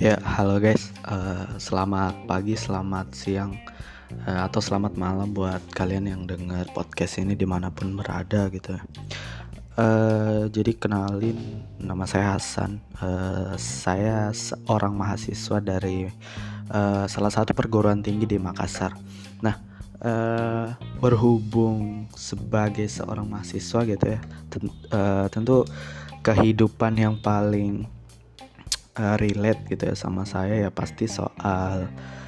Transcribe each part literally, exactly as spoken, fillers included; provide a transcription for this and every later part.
Ya, halo guys. Eh, selamat pagi, selamat siang, eh, atau selamat malam buat kalian yang dengar podcast ini dimanapun berada gitu ya. Eh, jadi kenalin, nama saya Hasan. Eh, saya seorang mahasiswa dari eh, salah satu perguruan tinggi di Makassar. Nah, eh, berhubung sebagai seorang mahasiswa gitu ya, ten- eh, tentu kehidupan yang paling uh, relate gitu ya sama saya ya pasti soal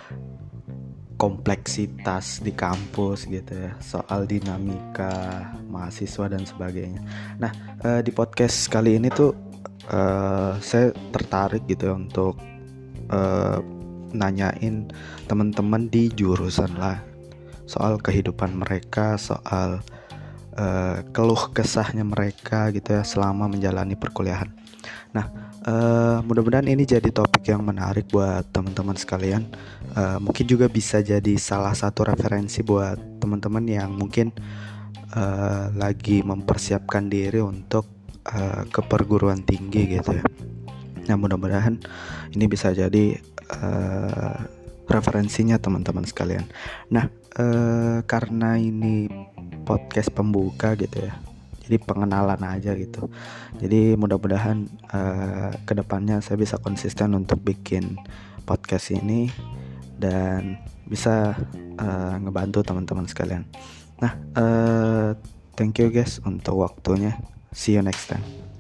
kompleksitas di kampus gitu ya, soal dinamika mahasiswa dan sebagainya. Nah, uh, di podcast kali ini tuh uh, saya tertarik gitu ya untuk uh, nanyain teman-teman di jurusan lah soal kehidupan mereka, soal uh, keluh kesahnya mereka gitu ya selama menjalani perkuliahan. Nah, uh, mudah-mudahan ini jadi topik yang menarik buat teman-teman sekalian. Uh, mungkin juga bisa jadi salah satu referensi buat teman-teman yang mungkin uh, lagi mempersiapkan diri untuk uh, ke perguruan tinggi gitu ya. Nah, mudah-mudahan ini bisa jadi uh, referensinya teman-teman sekalian. Nah, uh, karena ini podcast pembuka gitu ya, jadi pengenalan aja gitu. Jadi mudah-mudahan uh, kedepannya saya bisa konsisten untuk bikin podcast ini dan bisa uh, ngebantu teman-teman sekalian. Nah, uh, thank you guys untuk waktunya. See you next time.